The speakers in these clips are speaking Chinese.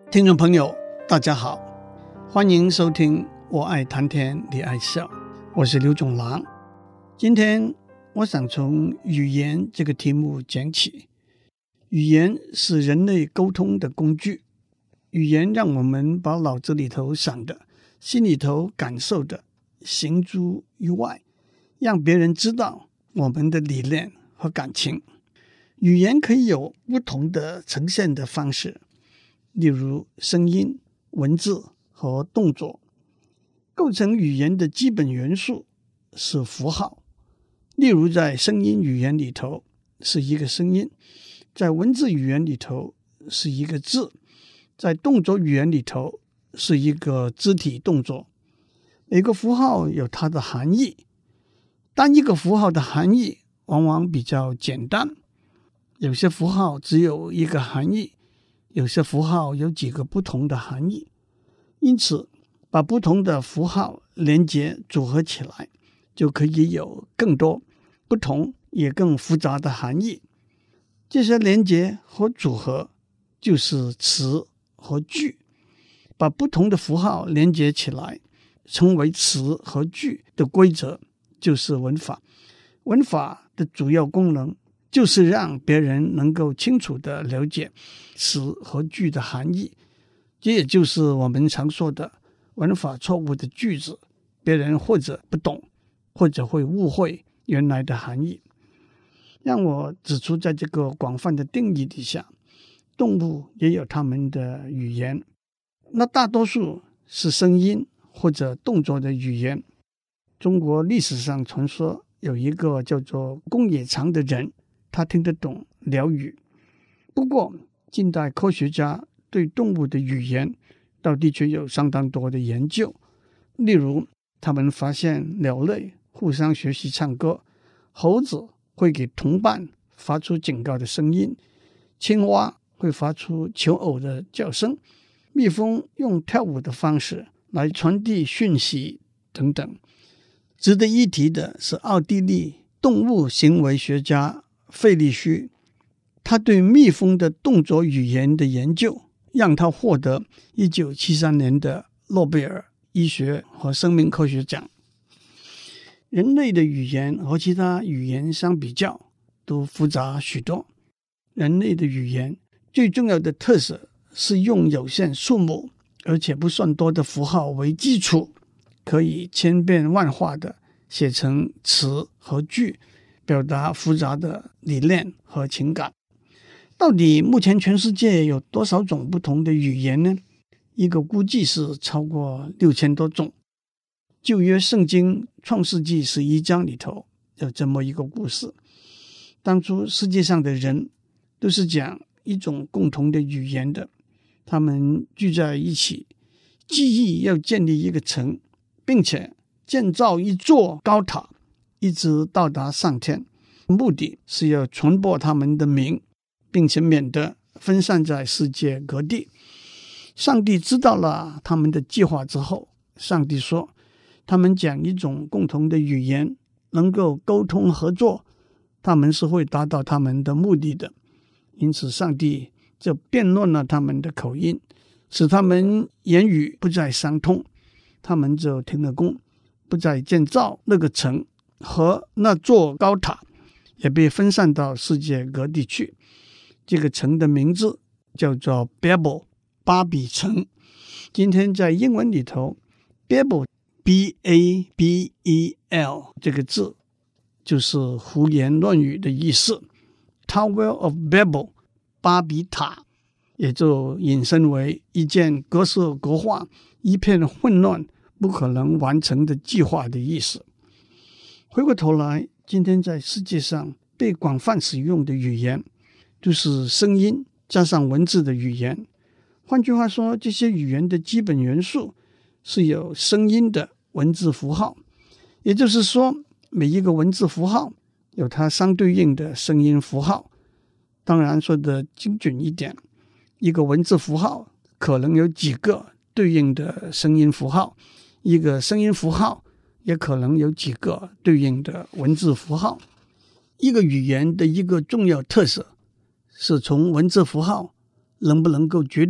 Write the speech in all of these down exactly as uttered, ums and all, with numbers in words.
听众朋友大家好，欢迎收听我爱谈天你爱笑，我是刘总郎。今天我想从语言这个题目讲起。语言是人类沟通的工具，语言让我们把脑子里头想的、心里头感受的行诸于外，让别人知道我们的理念和感情。语言可以有不同的呈现的方式，例如声音、文字和动作。构成语言的基本元素是符号，例如在声音语言里头是一个声音，在文字语言里头是一个字，在动作语言里头是一个肢体动作。每个符号有它的含义，单一个符号的含义往往比较简单，有些符号只有一个含义，有些符号有几个不同的含义。因此把不同的符号连结组合起来，就可以有更多不同也更复杂的含义。这些连结和组合就是词和句。把不同的符号连结起来成为词和句的规则就是文法。文法的主要功能就是让别人能够清楚地了解词和句的含义，这也就是我们常说的文法错误的句子，别人或者不懂，或者会误会原来的含义。让我指出，在这个广泛的定义底下，动物也有它们的语言，那大多数是声音或者动作的语言。中国历史上传说有一个叫做公冶长的人，他听得懂鸟语。不过近代科学家对动物的语言到底却有相当多的研究。例如他们发现鸟类互相学习唱歌，猴子会给同伴发出警告的声音，青蛙会发出求偶的叫声，蜜蜂用跳舞的方式来传递讯息等等。值得一提的是奥地利动物行为学家费利须，他对蜜蜂的动作语言的研究让他获得一九七三年的诺贝尔医学和生命科学奖。人类的语言和其他语言相比较都复杂许多。人类的语言最重要的特色是用有限数目而且不算多的符号为基础，可以千变万化的写成词和句，表达复杂的理念和情感。到底目前全世界有多少种不同的语言呢？一个估计是超过六千多种。旧约圣经创世纪十一章里头有这么一个故事，当初世界上的人都是讲一种共同的语言的，他们聚在一起，记忆要建立一个城，并且建造一座高塔，一直到达上天，目的是要传播他们的名，并且免得分散在世界各地。上帝知道了他们的计划之后，上帝说他们讲一种共同的语言，能够沟通合作，他们是会达到他们的目的的。因此上帝就变乱了他们的口音，使他们言语不再相通，他们就停了工，不再建造那个城，和那座高塔也被分散到世界各地去。这个城的名字叫做 Babel， 巴比城。今天在英文里头 Babel B A B E L 这个字就是胡言乱语的意思。 Tower of Babel 巴比塔也就引申为一件各色各化、一片混乱、不可能完成的计划的意思。回过头来，今天在世界上被广泛使用的语言就是声音加上文字的语言。换句话说，这些语言的基本元素是有声音的文字符号，也就是说每一个文字符号有它相对应的声音符号。当然说的精准一点，一个文字符号可能有几个对应的声音符号，一个声音符号也可能有几个对应的文字符号。一个语言的一个重要特色是从文字符号能不能够决定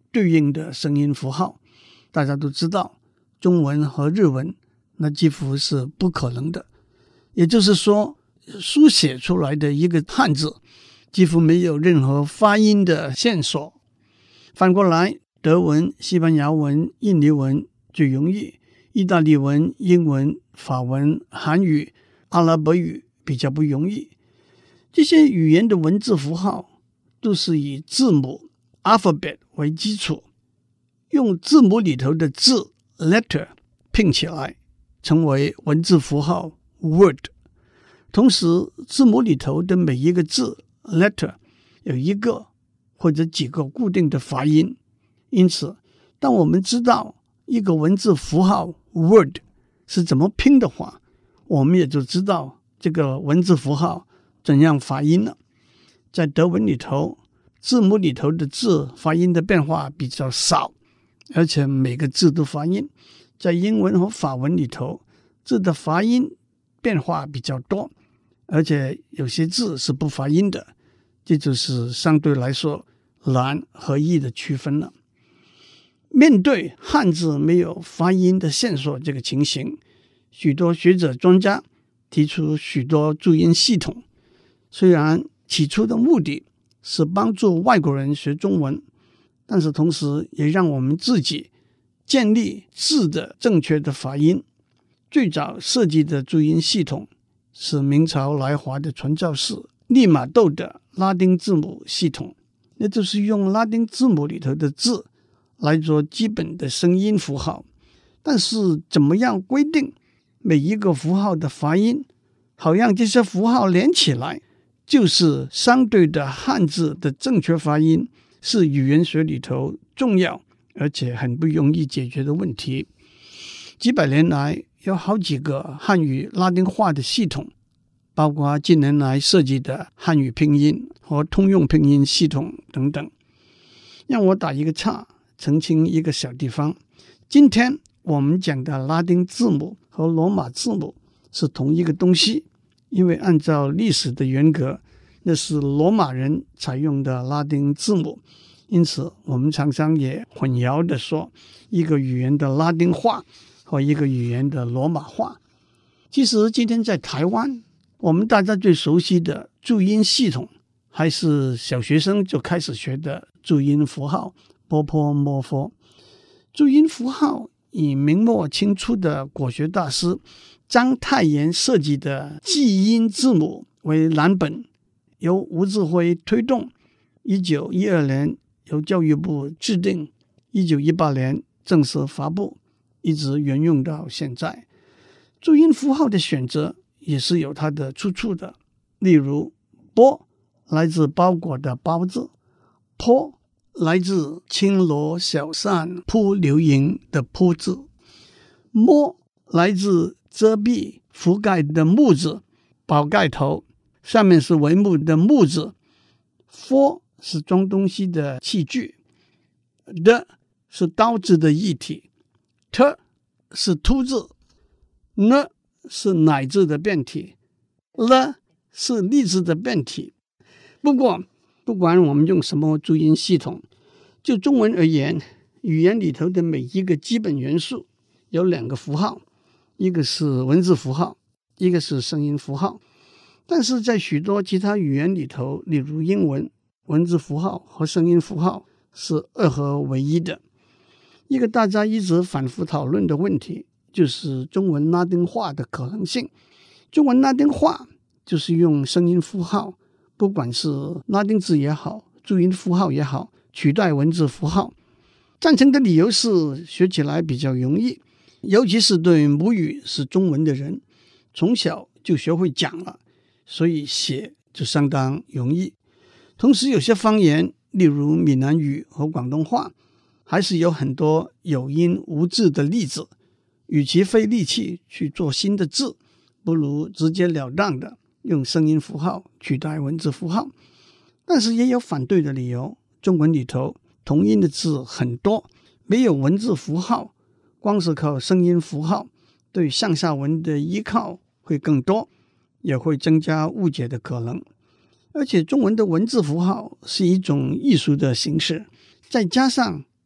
对应的声音符号。大家都知道，中文和日文那几乎是不可能的，也就是说，书写出来的一个汉字几乎没有任何发音的线索。反过来，德文、西班牙文、印尼文最容易，意大利文、英文、法文、韩语、阿拉伯语比较不容易。这些语言的文字符号都是以字母 alphabet 为基础，用字母里头的字 letter 拼起来成为文字符号 word。 同时字母里头的每一个字 letter 有一个或者几个固定的发音，因此当我们知道一个文字符号 word 是怎么拼的话，我们也就知道这个文字符号怎样发音了。在德文里头，字母里头的字发音的变化比较少，而且每个字都发音。在英文和法文里头，字的发音变化比较多，而且有些字是不发音的，这就是相对来说难和易的区分了。面对汉字没有发音的线索这个情形，许多学者专家提出许多注音系统，虽然起初的目的是帮助外国人学中文，但是同时也让我们自己建立字的正确的发音。最早设计的注音系统是明朝来华的传教士利玛窦的拉丁字母系统，那就是用拉丁字母里头的字来做基本的声音符号。但是怎么样规定每一个符号的发音，好让这些符号连起来就是相对的汉字的正确发音，是语言学里头重要而且很不容易解决的问题。几百年来有好几个汉语拉丁化的系统，包括近年来设计的汉语拼音和通用拼音系统等等。让我打一个岔，澄清一个小地方。今天我们讲的拉丁字母和罗马字母是同一个东西，因为按照历史的严格，那是罗马人采用的拉丁字母，因此我们常常也混淆的说一个语言的拉丁化和一个语言的罗马化。其实今天在台湾，我们大家最熟悉的注音系统还是小学生就开始学的注音符号波波摩佛。注音符号以明末清初的国学大师章太炎设计的记音字母为蓝本，由吴志辉推动，一九一二年由教育部制定，一九一八年正式发布，一直沿用到现在。注音符号的选择也是有它的出处的，例如波来自包裹的包字，坡来自青罗小扇扑流萤的扑字，摸来自遮蔽覆盖的木字，宝盖头上面是帷幕的木字，佛是装东西的器具，的是刀子的异体，特是凸字，呢是乃字的变体，了是立字的变体。不过不管我们用什么注音系统，就中文而言，语言里头的每一个基本元素有两个符号，一个是文字符号，一个是声音符号。但是在许多其他语言里头，例如英文，文字符号和声音符号是二合为一的。一个大家一直反复讨论的问题就是中文拉丁化的可能性。中文拉丁化就是用声音符号，不管是拉丁字也好，注音符号也好，取代文字符号。赞成的理由是学起来比较容易，尤其是对母语是中文的人，从小就学会讲了，所以写就相当容易。同时有些方言，例如闽南语和广东话，还是有很多有音无字的例子，与其费力气去做新的字，不如直截了当的用声音符号取代文字符号。但是也有反对的理由，中文里头同音的字很多，没有文字符号，光是靠声音符号，对上下文的依靠会更多，也会增加误解的可能。而且中文的文字符号是一种艺术的形式，再加上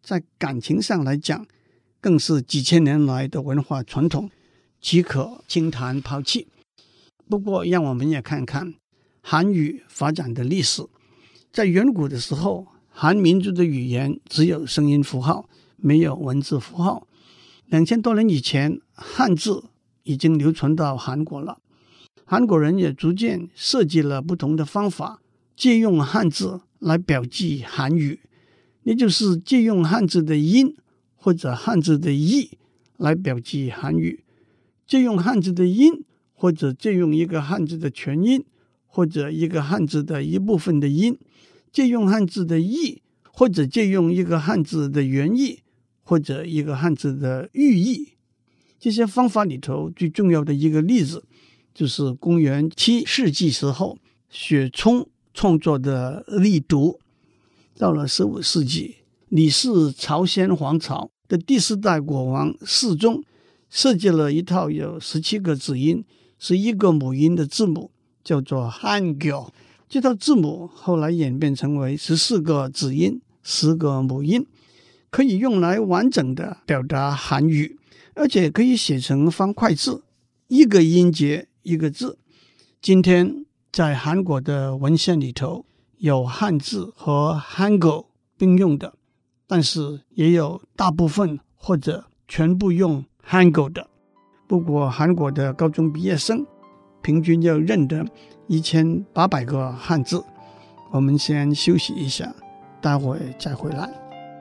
在感情上来讲，更是几千年来的文化传统，岂可轻谈抛弃。不过让我们也看看韩语发展的历史。在远古的时候，韩民族的语言只有声音符号，没有文字符号。两千多年以前，汉字已经流传到韩国了。韩国人也逐渐设计了不同的方法，借用汉字来表记韩语，也就是借用汉字的音或者汉字的义来表记韩语。借用汉字的音，或者借用一个汉字的全音，或者一个汉字的一部分的音；借用汉字的义，或者借用一个汉字的原意，或者一个汉字的寓意。这些方法里头最重要的一个例子，就是公元七世纪时候雪冲创作的力读。到了十五世纪，李氏朝鲜皇朝的第四代国王世宗设计了一套有十七个子音、十一个母音的字母，叫做汉교。这套字母后来演变成为十四个子音、十个母音，可以用来完整的表达韩语，而且可以写成方块字，一个音节一个字。今天在韩国的文献里头，有汉字和한글并用的，但是也有大部分或者全部用한글的。不过韩国的高中毕业生平均要认得一千八百个汉字。我们先休息一下，待会再回来。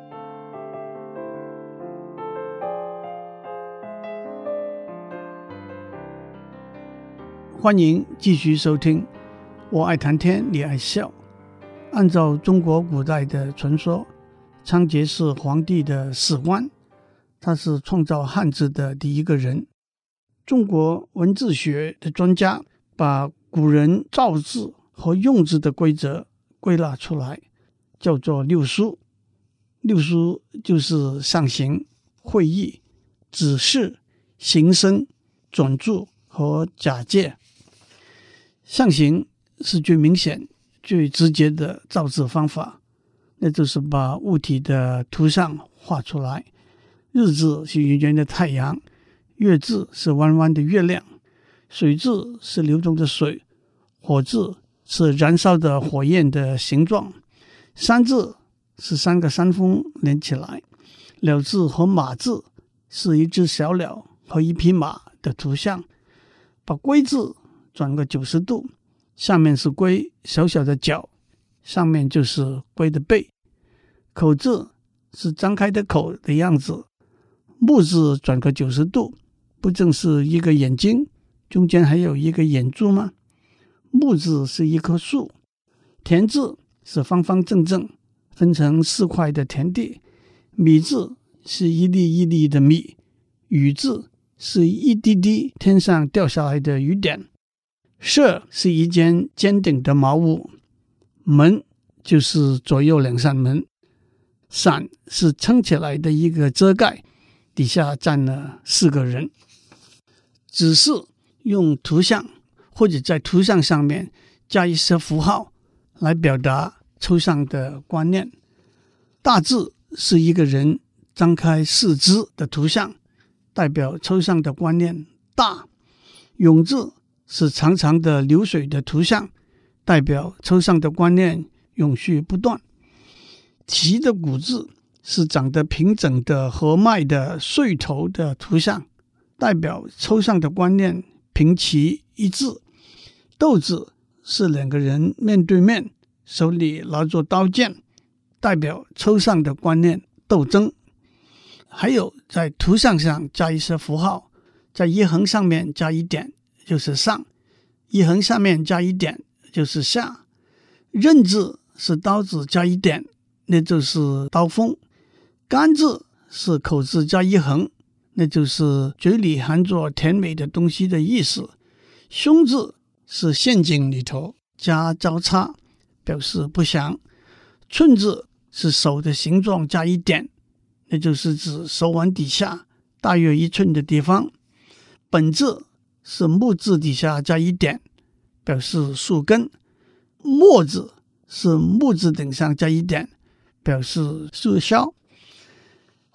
欢迎继续收听我爱谈天你爱笑。按照中国古代的传说，仓颉是皇帝的史官，他是创造汉字的第一个人。中国文字学的专家把古人造字和用字的规则归纳出来，叫做六书。六书就是象形、会意、指示、形声、转注和假借。象形是最明显、最直接的造字方法，那就是把物体的图像画出来。日字是圆圆的太阳，月字是弯弯的月亮，水字是流动的水，火字是燃烧的火焰的形状，山字是三个山峰连起来，鸟字和马字是一只小鸟和一匹马的图像。把龟字转个九十度，下面是龟小小的脚，上面就是龟的背。口字是张开的口的样子，目字转个九十度，不正是一个眼睛，中间还有一个眼珠吗？木字是一棵树。田字是方方正正分成四块的田地。米字是一粒一粒的米。雨字是一滴滴天上掉下来的雨点。舍是一间尖顶的茅屋。门就是左右两扇门。伞是撑起来的一个遮盖，底下站了四个人。指示用图像或者在图像上面加一些符号来表达抽象的观念。大字是一个人张开四肢的图像，代表抽象的观念大。永字是长长的流水的图像，代表抽象的观念永续不断。齐的古字是长得平整的河脉的穗头的图像，代表抽象的观念平齐一致。斗字是两个人面对面，手里拿着刀剑，代表抽象的观念斗争。还有在图像上加一些符号，在一横上面加一点就是上，一横下面加一点就是下。刃字是刀子加一点，那就是刀锋。甘字是口字加一横，那就是嘴里含着甜美的东西的意思。凶字是陷阱里头加交叉，表示不祥。寸字是手的形状加一点，那就是指手腕底下大约一寸的地方。本字是木字底下加一点，表示树根。末字是木字顶上加一点，表示树梢。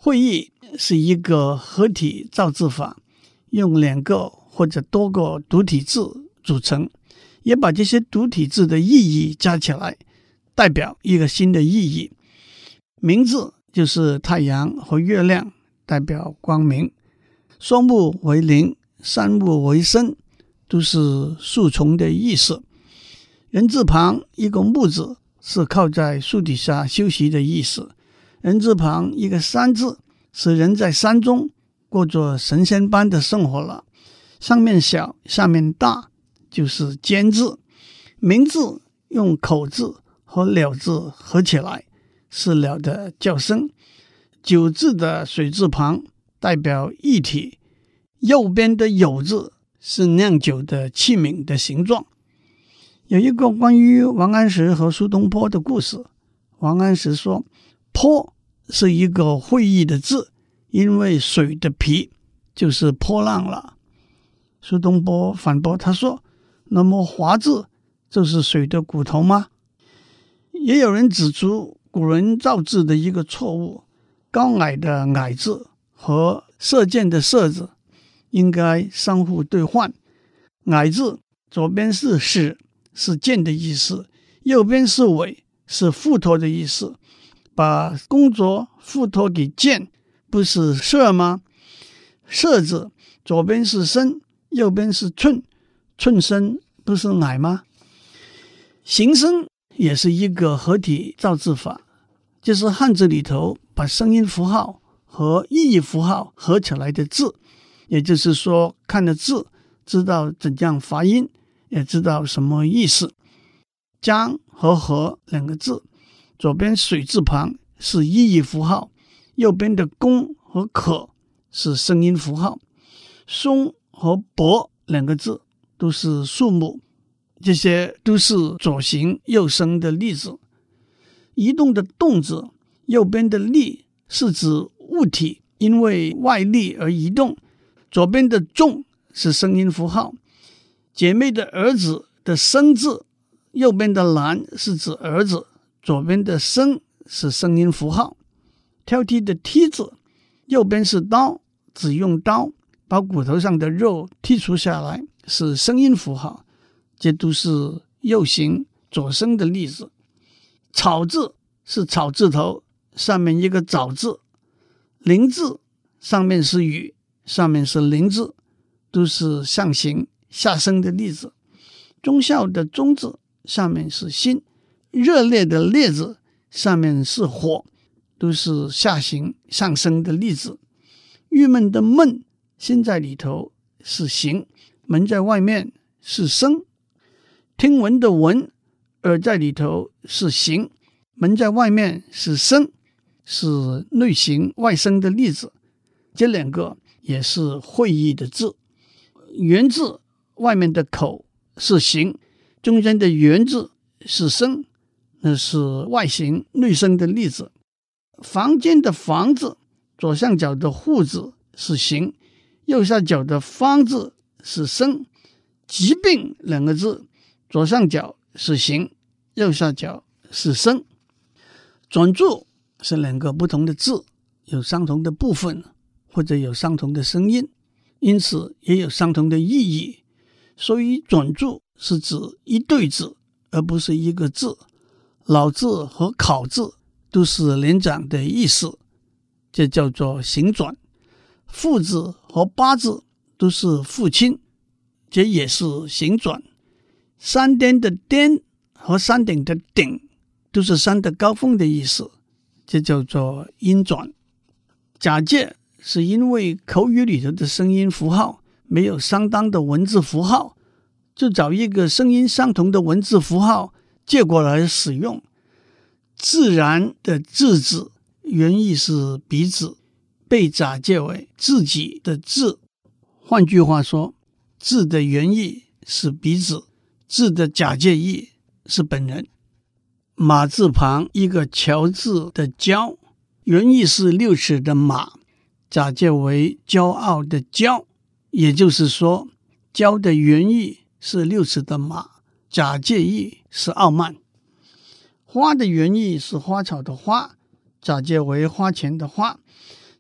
会意是一个合体造字法，用两个或者多个独体字组成，也把这些独体字的意义加起来，代表一个新的意义。明字就是太阳和月亮，代表光明。双木为林，三木为森，都是树丛的意思。人字旁一个木字是靠在树底下休息的意思。人字旁一个山字是人在山中过着神仙般的生活了。上面小下面大就是尖字。明字用口字和了字合起来，是了的叫声。九字的水字旁代表液体，右边的酉字是酿酒的器皿的形状。有一个关于王安石和苏东坡的故事。王安石说，坡是一个会意的字，因为水的皮就是波浪了。苏东坡反驳他说，那么华字就是水的骨头吗？也有人指出古人造字的一个错误，高矮的矮字和射箭的射字应该相互兑换。矮字左边是矢，是箭的意思，右边是尾，是付托的意思。把工作付托给箭，不是射吗？射字左边是身，右边是寸，寸身不是矮吗？形声也是一个合体造字法，就是汉字里头把声音符号和意义符号合起来的字。也就是说，看了字知道怎样发音，也知道什么意思。江和河两个字，左边水字旁是意义符号，右边的公和可是声音符号。松和柏两个字都是树木，这些都是左形右声的例子。移动的动字，右边的力是指物体因为外力而移动，左边的重是声音符号。姐妹的儿子的生字，右边的兰是指儿子，左边的生是声音符号。挑剔的剔字，右边是刀，只用刀把骨头上的肉剔除下来，是声音符号。这都是右形左声的例子。草字是草字头，上面一个早字。林字上面是雨，上面是林字，都是上行下声的例子。忠孝的忠字上面是心，热烈的烈字上面是火，都是下行上升的例子。郁闷的闷心在里头是行，门在外面是声。听闻的闻耳在里头是行，门在外面是声，是内行外声的例子。这两个也是会意的字。圆字外面的口是行，中间的圆字是声，那是外形内声的例子。房间的房字左上角的户字是行，右下角的方字是声。疾病两个字左上角是行，右下角是声。转注是两个不同的字，有相同的部分或者有相同的声音，因此也有相同的意义。所以转注是指一对字，而不是一个字。老字和考字都是连长的意思，这叫做行转。父字和八字都是父亲，这也是行转。山巅的巅和山顶的顶都是山的高峰的意思，这叫做音转。假借是因为口语里头的声音符号没有相当的文字符号，就找一个声音相同的文字符号借过来使用。自然的自字原意是鼻子，被假借为自己的字。换句话说，字的原意是鼻子，字的假借意是本人。马字旁一个乔字的骄，原意是六尺的马，假借为骄傲的骄。也就是说，骄的原意是六尺的马，假借意是傲慢。花的原意是花草的花，假借为花钱的花。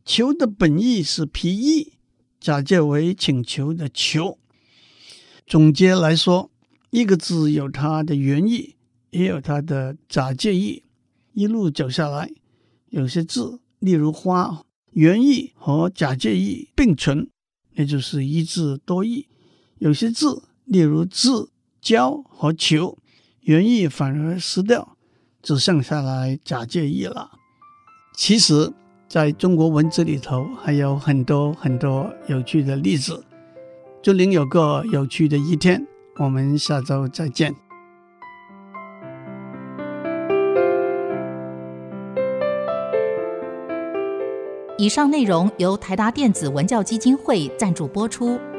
求的本意是皮意，假借为请求的求。总结来说，一个字有它的原意，也有它的假借意。一路走下来，有些字，例如花，原意和假借意并存，也就是一字多义。有些字，例如字、交和求，原意反而失掉，只剩下来假借意了。其实在中国文字里头还有很多很多有趣的例子。祝您有个有趣的一天，我们下周再见。 以上内容由台达电子文教基金会赞助播出。